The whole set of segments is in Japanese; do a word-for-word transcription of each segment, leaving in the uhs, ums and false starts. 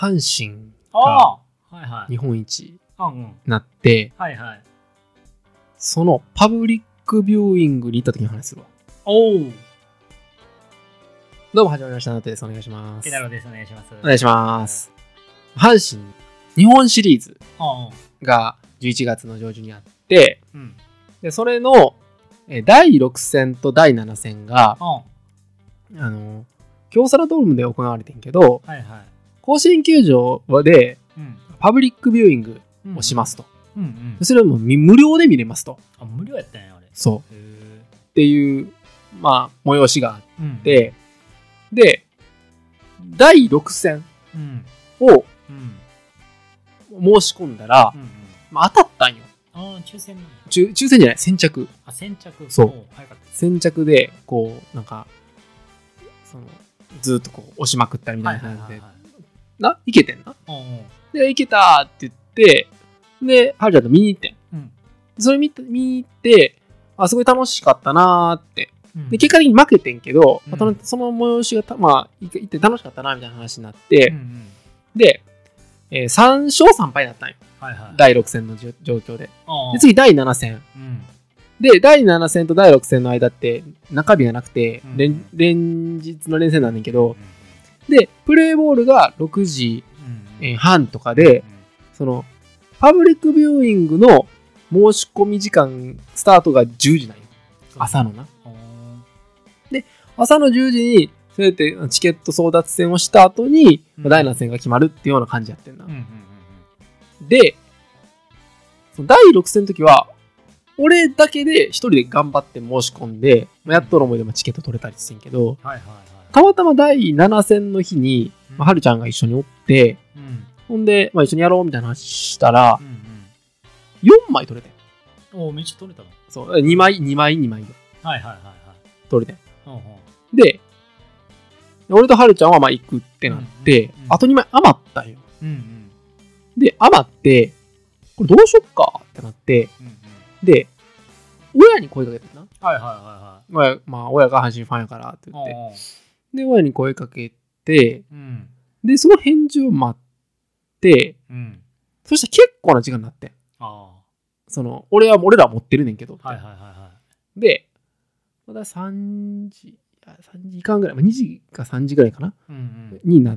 阪神ああ、はいはい。 日本一にうんうん。 なって、 はいはい。 そのパブリックビューイングに行った時の話するわ。 おお。 どうも始まりました。ナトです。お願いします。 ケタロウです。お願いします。 お願いします。阪神日本シリーズうんうん。 がじゅういちがつの上旬にあって、 うん。 でそれのえーだいろく戦とだいなな戦が、 うん。 あの京セラドームで行われてんけど、 はいはい。 甲子園球場でうん。 パブリックビューイングをしますと。 うんうん。 それはもうみ無料で見れますと。 あ、無料やったんや、あれ。 そう。 へえ。 っていう、まあ、催しがあっうん。 て、で、だいろく戦うん。 をうん。 申し込んだら、 うんうん。 まあ、当たったんよ。 ああ、抽選なんや。 抽抽選じゃない、先着。 あ、先着。 そうおー早かった。 先着で、こう、なんか、その、ずっとこう、押しまくったりみたいな感じで、な、いけてんな。 うんうん。 で、いけたって言って、で、はるちゃんと見に行ってん。 うん。 それ見て、見に行って、あ、すごい楽しかったなーって。 うん。 で、結果的に負けてんけど、 うんまあそのその催しがた、まあ、行って楽しかったなみたいな話になって、 うんうん。 で、えー、さん勝さん敗だったんよ。 はいはい。 だいろく戦のじょ状況で。 ああ。 で、次だいなな戦。 うん。 で、だいなな戦とだいろく戦の間って中日がなくて、 うん連連日の連戦なんだけど、 うんで、プレーボールがろくじうん。 えー半とかで、その、パブリックビューイングの申し込み時間、スタートがじゅうじなんよ。朝のな。朝のじゅうじに、そうやってチケット争奪戦をした後に、 うんだいなな戦が決まるっていうような感じやってんな。 うんうんうんで、そのだいろく戦の時は、俺だけで一人で頑張って申し込んで、まあやっとの思いでもチケット取れたりしてんけど、 はいはいはい。 たまたまだいなな戦の日に、まあ、はるちゃんが一緒におって、 うんほんで、まあ、一緒にやろうみたいな話したらう、んよんまい取れてん。 うん。おお、めっちゃ取れたの。 そう、にまい、にまい、にまいではいはいはいはい。 取れてん。 うんうん。 で、俺とはるちゃんはまあ行くってなって、 うんうんうんあとにまい余ったんよ。 うんうんで、余って、これどうしよっかってなって、 うんうん。 で、親に声かけてんな。 はいはいは親、まあ、親が阪神ファンやからっていはい。 言って。 おお。 で、親に声かけて、 うんで、その返事を待って、 うん。 そしたら結構な時間になってん。 あその、俺は、俺らは持ってるねんけど。 あ。はいはいはいはで、まださんじ、いやさんじかんぐらい、まあ、にじかさんじぐらいかな、 い。うんになって、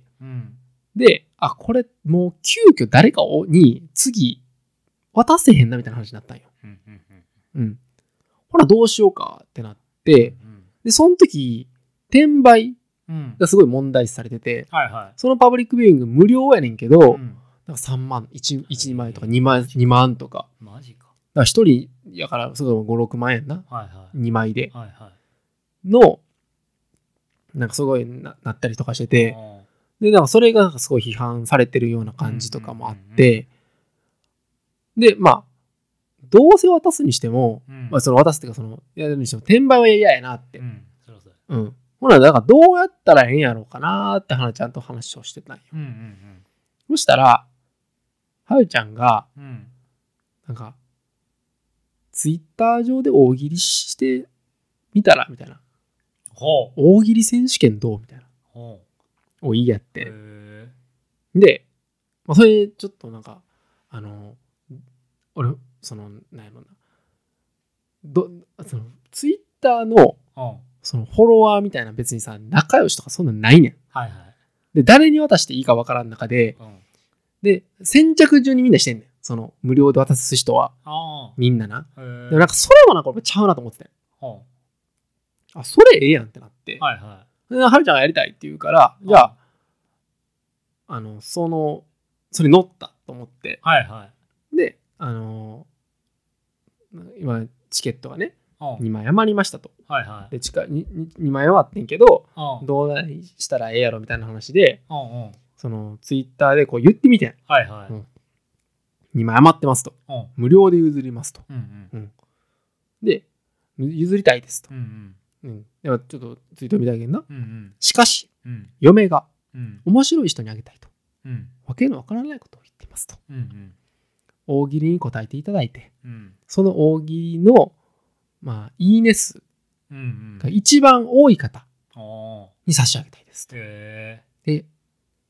うん。うん。 で、あ、これもう急遽誰かをに次渡せへんなみたいな話になったんよ。 うんうんうん。 うん。ほらどうしようかってなって、 うんで、その時、転売うん。 がすごい問題視されてて、 はいはい。 そのパブリックビューイング無料やねんけど、 うんなんかさんまん、いち、いち、にまん円とかにまん、にまんとか。 マジか。 だからひとりやから、それでもご、ろくまん円な。 はいはい。 にまいで。 はいはい。 の、なんかすごい な, なったりとかしてて、 あで、なんかそれがなんかすごい批判されてるような感じとかもあっうんうんうんて、で、まあ、どうせ渡すにしても、 ーうん。 まあ、その渡すっていうか、その、やるにしても、転売は嫌やなって。 う。ん。そろそろ。 うん。ほら、だからどうやったらええんやろうかなって話ちゃんと話をしてたんよ。 うんうんそしたら、はるちゃんが、 うん。うん。 なんか、ツイッター上で大喜利してみたら、みたいな。 ほう。 大喜利選手権どうみたいな。 ほお、いいやっう。 て。 へで、まあ、それちょっとなんか、あの、俺、その、なんやろな。ど、その、ツイッターの、 うん。 そのフォロワーみたいな別にさ、仲良しとかそんなんないねん。 はいはい。 で、誰に渡していいかわからん中で、 うん。 で、先着順にみんなしてんねん。その、無料で渡す人は、 あみんなな。 あ。へえ。 でもなんか、それもなんか俺ちゃうなと思ってて。 ほあ、それええやんってなって。 う。はいはではるちゃんがやりたいって言うから、 い。 じゃあ、あの、その、それ乗ったと思って。 はいはい。 で、あのー今、チケットがね、 うん。 にまい余りましたと。 はいはい。 で、近いににまい余ってんけど、 うん。 どうしたらええやろみたいな話で、 うんうん。 その、ツイッターでこう言ってみてん。 はいはい。 うんにまい余ってますと。 うん。 無料で譲りますと。 うんうん。 で、譲りたいですとう。んうん。ではちょっとツイート見てあげんな。 うん。うんしかし、 うん。 嫁がうん。 面白い人にあげたいと。 うん。 わけのわからないことを言っていますと。 うんうん。 大喜利に答えていただいて、 うん。 その大喜利の、まあ、いいね数うんうん。 が一番多い方ああ。 に差し上げたいですと。 へで、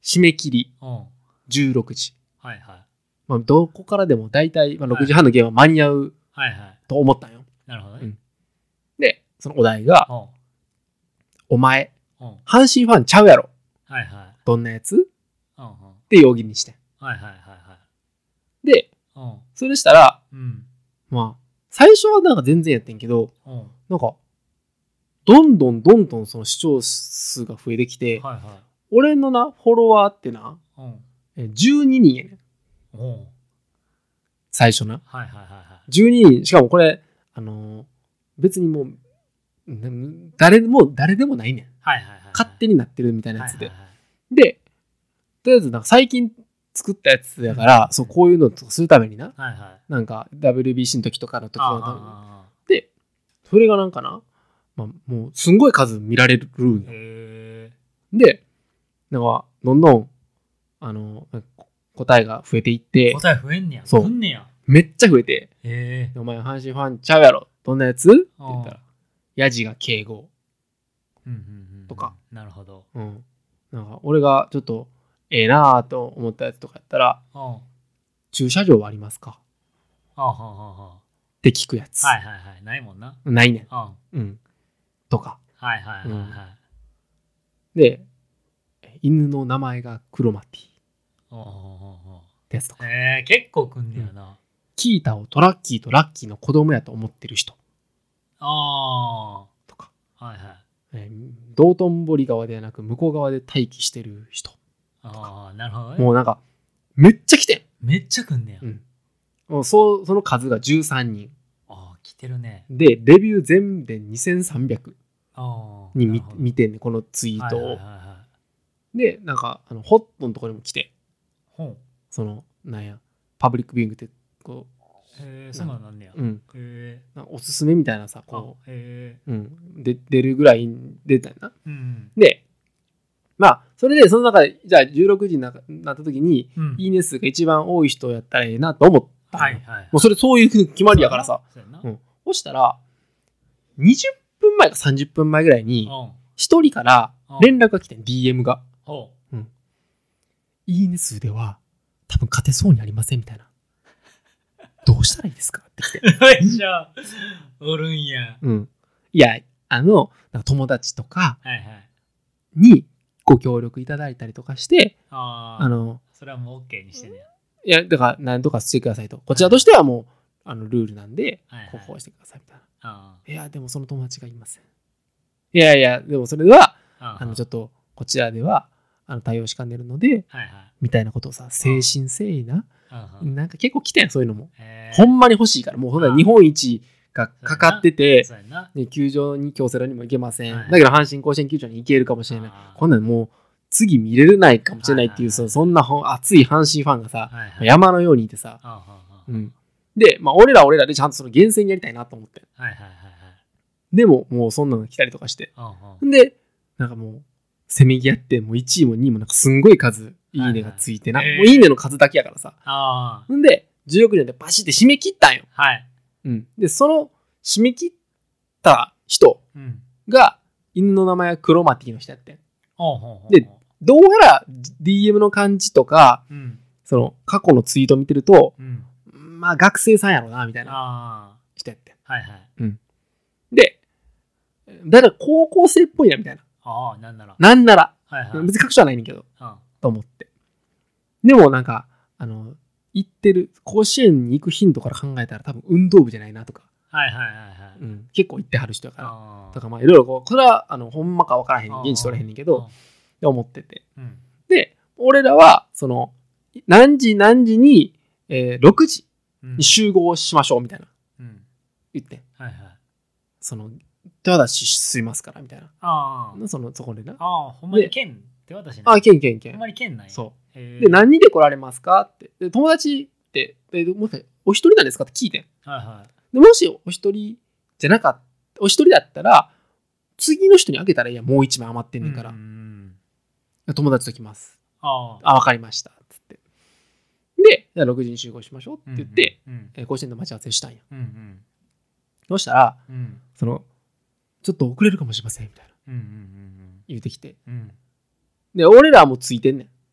締め切りうん。 じゅうろくじ。 はいはい。 まあ、どこからでも大体、まあ、ろくじはんのゲームは間に合うはいはい。 と思ったんよ。 なるほどねうん。で、そのお題が、 うん。 お前、 うん。 阪神ファンちゃうやろ。 はいはい。 どんなやつっうんうん。 て容疑にしてん。 はいはいはいはで、 い。うん。 それしたら、 うん。 まあ、最初はなんか全然やってんけど、 うん。 なんか、どんどんどんどんその視聴数が増えてきて、 はいは俺のな、フォロワーってな、 い。うん。 えじゅうににんやねん。 うん。 最初な。 はいはいはいはい。 じゅうににん、しかもこれ、あのー別にもう、ん誰でも、誰でもないねん。 はいはいはいはい。 勝手になってるみたいなやつで。 はいはいはいで、とりあえずなんか最近作ったやつやから、 うんそう、こういうのとかするためにな、 はいはい。 なんか ダブリュービーシー の時とかの時あのために。 あで、それがなんかな、まあ、もうすんごい数見られるんよ。 へえ。 で、なんか、どんどん、あの、答えが増えていって、 答え増えんねや。 そう増んねや。 めっちゃ増えて、 へえ。 お前阪神ファンちゃうやろ。どんなやつって言ったうんら、ヤジが敬語。 うんうんうん。 とか。 なるほど。 うん。なんか、俺がちょっと、ええなぁと思ったやつとかやったら、 うん。 駐車場はありますかあははは。 って聞くやつ。 はいはいはい。ないもんな。 ないねん。 うん。はうん。とか。 いはいはいはい。 で、犬の名前がクロマティっおうおうおうおうてやつとか。 へえ、結構くんねやな。 キータをトラッキーとラッキーの子供やと思ってる人あとか。 あ。はいはい。 えー道頓堀川ではなく向こう側で待機してる人。 ああ、なるほどね。 もうなんか、めっちゃ来てめっちゃくんねや。 ん。うん。もうそうその数がじゅうさんにん。 ああ、来てるね。 で、レビュー全部でにせんさんびゃくああ。 に見なるほど見てんね、このツイートを。 はいはいはいはい。 で、なんか、あのホットのところにも来て、 ほう。 その、なんや、パブリックビューイングって、こへえ、そうなんなんねや。 う、うん、 へえ。 なんかおすすめみたいなさ、 あこへえ。 う、うん、で出るぐらい出たよな。 うん。 で、まあ、それで、その中で、じゃあじゅうろくじにななった時に、 うん。 いいね数が一番多い人やったらええなと思ったのよ。 はいはい。 もうそれ、そういう決まりやからさ。 そうやな。 うん。そしたら、にじゅっぷんまえかさんじゅっぷんまえぐらいに、 うん。 ひとりから連絡が来てん、ディーエム が。 ほいいね数では、多分勝てそうにありませんみたいな。どうしたらいいですかって来て。 う。めっちゃ、おるんや。 うん。いや、あの、なんか友達とかはいはい。 にご協力いただいたりとかして、 ああ。 あの、 それはもう OK にしてんねや。 いや、だから何とかしてくださいと。こちらとしてはもう、あの、ルールなんで、 はいはいこうこうしてくださいみたいな。 あいや、でもその友達がいません。いやいや、でもそれでは、 あ。 あの、ちょっっと、こちらでは、あの、対応しかねるので、 と。はいはい。 みたいなことをさ、誠心誠意な、 うんうん。 なんか結構来てん、そういうのも。 へえ。 ほんまに欲しいから、もうほんなら日本一がかかってて、 そうやな。 ね、球場に京セラにも行けません。 はいだけど阪神甲子園球場に行けるかもしれない。 あーこんなんもう次見れないかもしれないっていう、 はいはいはいそそんなほん熱い阪神ファンがさ、 はいはい。 山のようにいてさ、 ああああうん。で、まあ俺らは俺らでちゃんとその厳選やりたいなと思って。 はいはいはいはい。 でももうそんなの来たりとかして。 ああんで、なんかもう、せめぎ合って、もういちいもにいもなんかすんごい数、いいねがついてな。 はいはいもういいねの数だけやからさ。 あんで、じゅうろくにんでバシって締め切ったんよ。 あ。はい。 うん。で、その締め切った人うん。 が、犬の名前はクロマティの人やってん。 ほうほうほう。 で、どうやら ディーエム の感じとか、 うん。 その過去のツイート見てると、 うん。 まあ学生さんやろな、みたいなあ人やってん。 あ。はいはい。 で、だから高校生っぽいな、みたいな。 ああ、なんなら。 なんなら。 はいはい。 別に隠しはないねんけど、 うん。 と思って。でもなんか、あの、行ってる、甲子園に行く頻度から考えたら多分運動部じゃないなとか、 はいはいはいはい。 うん、結構行ってはる人やから。 ああ。 だからまあいろいろこう、これはあのほんまか分からへん、 ああ現地取れへんねんけど、って思ってて。 うん。 で、俺らは、その、何時何時に、えー、ろくじうん。 に集合しましょうみたいなうん。 言ってん。 はいはい。 その、手渡ししますからみたいな。 ああ。 その、そこでな。 ああ、ほんまに剣って私ね。 あ、けんけんけんほんま。に剣ない。 そう。 へえ。 で、何人で来られますかって。で、友達って、でもう一回、お一人なんですかって聞いてん。 はいはい。 でもしお一人じゃなかった、お一人だったら、次の人にあげたらいいや、もう一枚余ってんねんから。 うん。 友達と来ます。 ああ。 あ、わかりました。つって。で、じゃあろくじに集合しましょうって言って、 うん。 えー甲子園で待ち合わせしたんや。 うんうん。 そしたら、 うん。 その、ちょっと遅れるかもしれません、みたいな。 うんうん言うてきて。 うんうん。 で、俺らはもうついてんねん。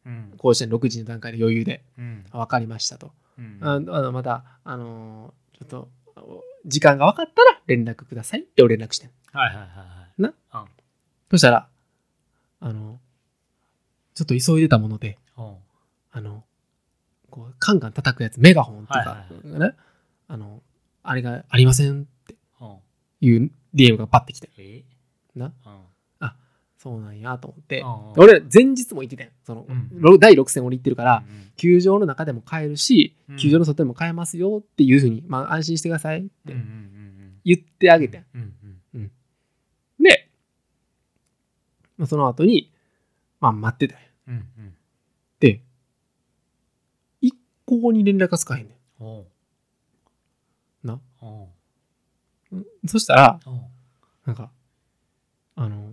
うん甲子園ろくじの段階で余裕で、 うんあ分かりましたと。 うんああのまた、あのーちょっと、あの時間が分かったら連絡くださいって俺連絡してん。 はいはいはいはいなうんそしたら、あの、ちょっと急いでたもので、 うんあの、こう、カンカン叩くやつ、メガホンとか、 はいはいね、あの、あれがありませんってうんいう ディーエム がパッてきて、 えな、 うんあ、そうなんやと思って、 うんうん俺、前日も行ってたよ。その、 うんろだいろく戦俺行ってるから、 うん球場の中でも買えるし、 うん球場の外でも買えますよっていうふうに、まあ、安心してくださいってうんうんうん言ってあげて、 うんうんで、まあ、その後に、まあ、待ってたよ。 うんうんで、一向に連絡がつかへんねおうんな。 おんそしたら、 うんなんか、あの、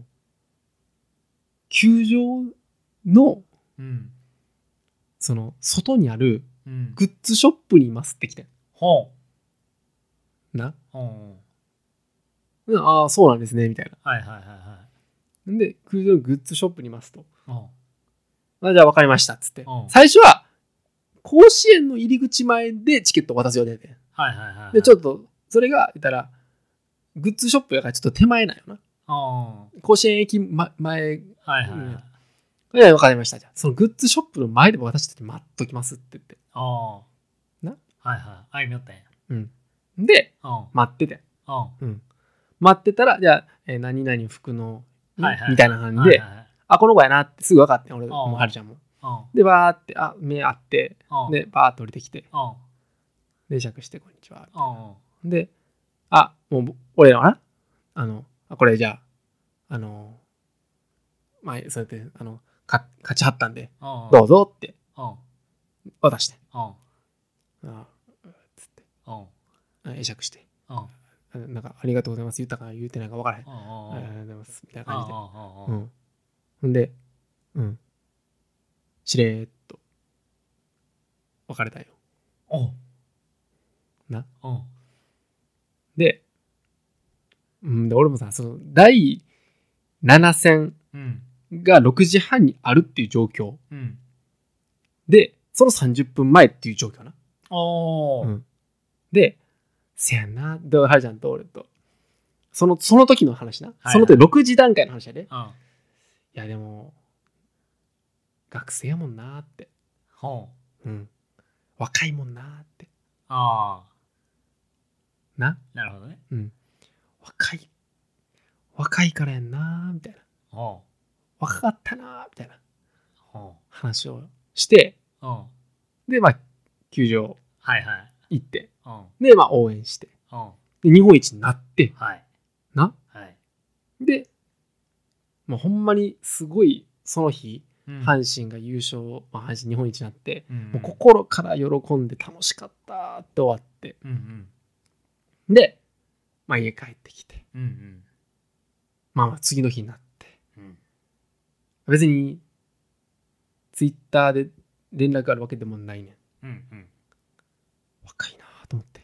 球場の、 うんその、外にあるうんグッズショップにいますって来てほんな。 ううんうんああ、そうなんですね、みたいな。 はいはいはいはいんで、球場のグッズショップにいますと。 うんあじゃあ分かりました、っつってうん。 最初は、甲子園の入り口前でチケット渡すようでて。 はいはいはいで、ちょっと、それが、言ったら、グッズショップやからちょっと手前なんよな。 と甲子園駅、ま、前、 はいはいはいいや、分かりました。じゃあ、そのグッズショップの前で私たち待っときますって言って。 ああなはいはいあいみよったんやうん。で、 うん待ってて。 うんうん。待ってたら、じゃあ、えー何々服の、 はいはいみたいな感じで、 はいはいあ、この子やなってすぐ分かってん、俺、 んもうはるちゃんも。 うんで、バーって、あ、目あって、 うんで、バーって降りてきて、 うんで、酌して、こんにちは。 うんで、あ、もう、俺らはな、あの、あこれじゃあ、あの、まあ、そうやって、あの、か勝ちはったんで、 うんどうぞってうん渡して、 うんあつって、 うんあ会釈して、 うんあなんか、ありがとうございます、言ったか言うてないか分からへん。 うんありがとうございます、みたいなうん感じで。 うんうんうん。ほんで、うん。しれーっと、別れたよ。 おうな。 うんで、うん、で俺もさ、その、だいなな戦うんがろくじはんにあるっていう状況うんで、そのさんじゅっぷんまえっていう状況な。 おーうんで、せやんな、で、はるちゃんと俺と、その、その時の話な。 はいその時ろくじ段階の話やで。いうんや、でも、学生やもんなーって。 ほううん。若いもんなーって。 ああな。 なるほどねうん。若い。若いからやんなーみたいな。 ほ若かったなーみたいなうほ話をして、 ううんで、まあ、球場はいはい行って、 うんで、まあ、応援して、 うんで、日本一になって、 はいな。 はいで、もうほんまにすごい、その日、 うん阪神が優勝、まあ、阪神日本一になって、 うんもう心から喜んで楽しかったって終わって、 うんうんで、まあ、家帰ってきて、 うんうんまあまあ次の日になって、 うん別にツイッターで連絡あるわけでもないねん。 うんうん若いなと思って。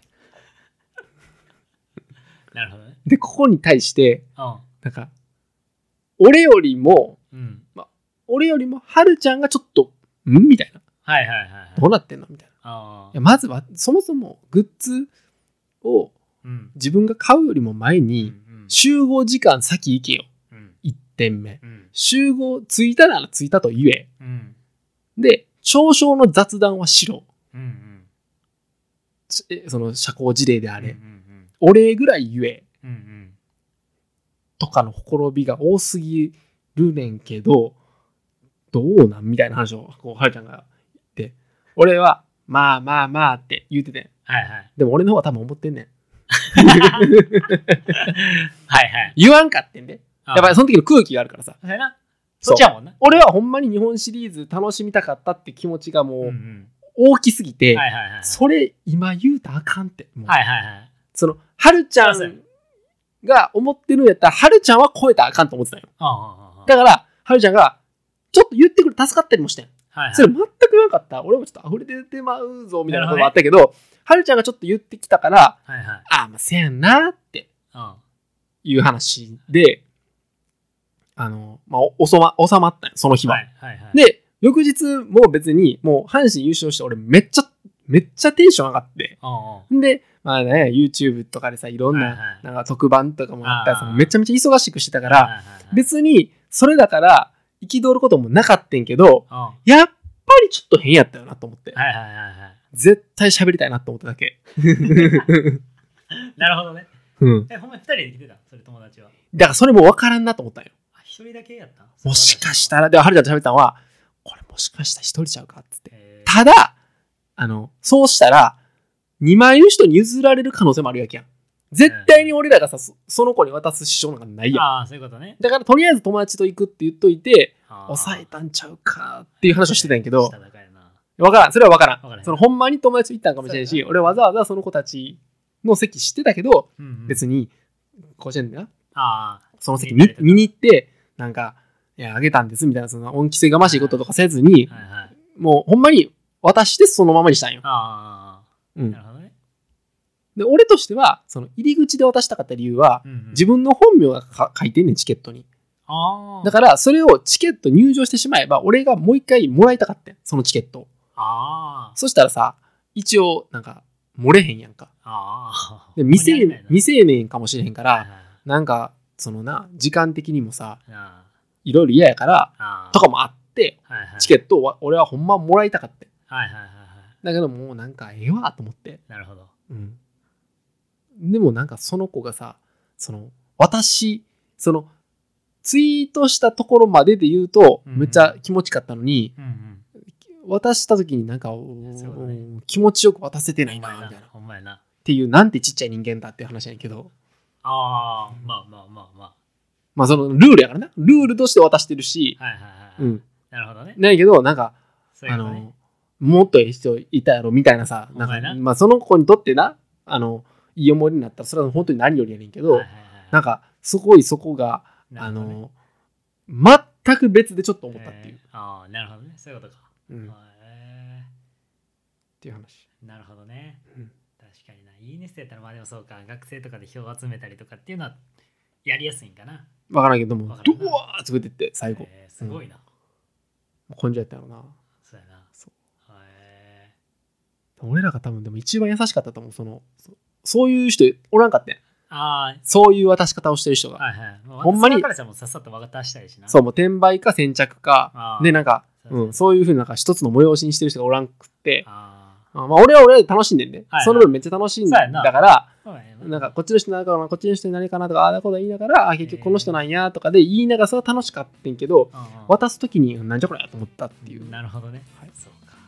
なるほどねで、ここに対して、 うんなんか、俺よりも、 うん俺よりも、はるちゃんがちょっと、んみたいな。 はいはいはいはいどうなってんのみたいな。 ああいやまずは、そもそもグッズをうん自分が買うよりも前うに、 ん集合時間先行けよ。 うんいってんめ。 うん集合着いたなら着いたと言え。 うんで、少々の雑談はしろ。 うんうんえその社交辞令であれ。 うんうんお礼ぐらい言え。 うんうんとかのほころびが多すぎるねんけど、どうなんみたいな話を、こう、はるちゃんが言って、俺は、まあまあまあって言っててん。 はいはいでも俺の方は多分思ってんねん。 はいはい言わんかってんで。 ややっぱりその時の空気があるからさ。 そうやなそそうっちやもんな俺はほんまに日本シリーズ楽しみたかったって気持ちがもうんううん大きすぎて、 はいはいはいそれ今言うたらあかんって。もうはいはいはいその、はるちゃそうそんが思ってるんやったら、はるちゃんは超えたらあかんと思ってたよ。 ああああああだから、はるちゃんが、ちょっと言ってくれ助かったりもしてん。 はいはいそれ全く言わなかった。俺もちょっと溢れ出てまうぞ、みたいなこともあったけど、はるちゃんがちょっと言ってきたから、 はいはいああ、まあ、せやんなってうんいう話で、あの、まあ、お収ま、収まったんよ、その日は。 はいはいはいで、 翌日も別にもう阪神優勝して俺めっちゃめっちゃテンション上がってうんうんでまあね YouTube とかでさいろんはいはないなんか特番とかもあったりさあーめちゃめちゃ忙しくしてたかはいらはいはい別にそれだから憤ることもなかったんけどうんはやっぱりちょっと変やったよなと思っていはいはいはい絶対喋りたいなと思っただけなるほどね。 うんえ、ほんまにふたりで来てたそれ友達は。 だからそれも分からんなと思ったんよあ、一人だけやったもしかしたらではるちゃんと喋ったのはこれもしかしたら一人ちゃうかっつってえーただあのそうしたらにまいの人に譲られる可能性もあるわけやん絶対に俺らがさそその子に渡す支障なんかないやんああ、そういうことね。 だからとりあえず友達と行くって言っといてあー抑えたんちゃうかっていう話をしてたんやけどしたたかやな分からんそれは分からんわからんそのほんまに友達と行ったんかもしれんしそうやな俺わざわざその子たちの席知ってたけどうんうん別に甲子園でなああ、 その席見たりとか見見に行ってなんかいやあげたんですみたいなその恩着せがましいこととかせずにはいはい。 もうほんまに渡してそのままにしたんよ、 ああ、 うんなるほどね。 で俺としてはその入り口で渡したかった理由はうんうん自分の本名がか書いてんねんチケットにああ。 だからそれをチケット入場してしまえば俺がもう一回もらいたかったんそのチケットをああ。 そしたらさ一応なんか漏れへんやんかああ。 で未成ほんまにあり未成年かもしれへんかないならなんかそのな時間的にもさはいはいあいろいろ嫌やからあとかもあってはいはいチケットを俺はほんまもらいたかったはいはいはいはい。 だけどもうなんかええわと思ってなるほど。 うんでもなんかその子がさその私そのツイートしたところまでで言うとうんめっちゃ気持ちよかったのに、 うんうん。 渡した時になんか、 そうだね気持ちよく渡せてないなほんまやみたいなっほんまやな。 ていうなんてちっちゃい人間だっていう話やけどああ、まあまあまあままあそのルールやからなルールとして渡してるし、 あ。はいはいはい。 うんなるほどね。 ないけどなんかあそういうことねのもっといい人いたやろみたいなさなんかほんまやなまあその子にとってなあのいい思い出になったらそれは本当に何よりやねんけど、 はいはいはいなんかすごいそこが、あなるほどねの全く別でちょっと思ったっていう、 えーああ、なるほどね。そういうことか。 うん、っへていう話。 ーなるほどね。 うん確かにな。いいねしてたらまあでもそうか。学生とかで票を集めたりとかっていうのはやりやすいんかな。 分からんけどもわからんなドワーッつぶってって最後、 えーすごいな。 根性やったよな。 そうやな。 そうへ俺らが多分でも一番優しかったと思うそのそそういう人おらんかったんーあそういう渡し方をしてる人が、 あ、はいはい。もうほんまに私からしたらもうさっさと渡したいしな。 そうもう転売か先着かあーでなんかそうそううん、そういうふうになんか一つの催しにしてる人がおらんくってああまあ俺は俺で楽しんでんね、 はいはいその分めっちゃ楽しんだそうやなからあ。そうやななんかこっちの人なのかなこっちの人に何かなとかああだこと言いながらあ結局この人なんやとかで言いながらそれは楽しかったんけどうんうん渡す時になんじゃこれやと思ったっていうなるほどね。 はいそうか。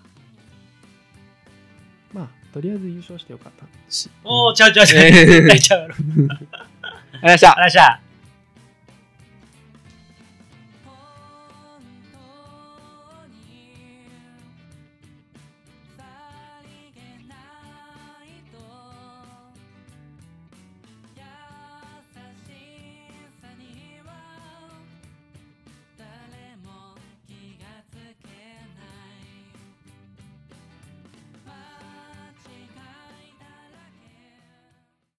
まあとりあえず優勝してよかったしおお、ちゃうちゃうちゃう。 えー絶対ちゃうやろ。 ありがとうございましたあらっしゃ。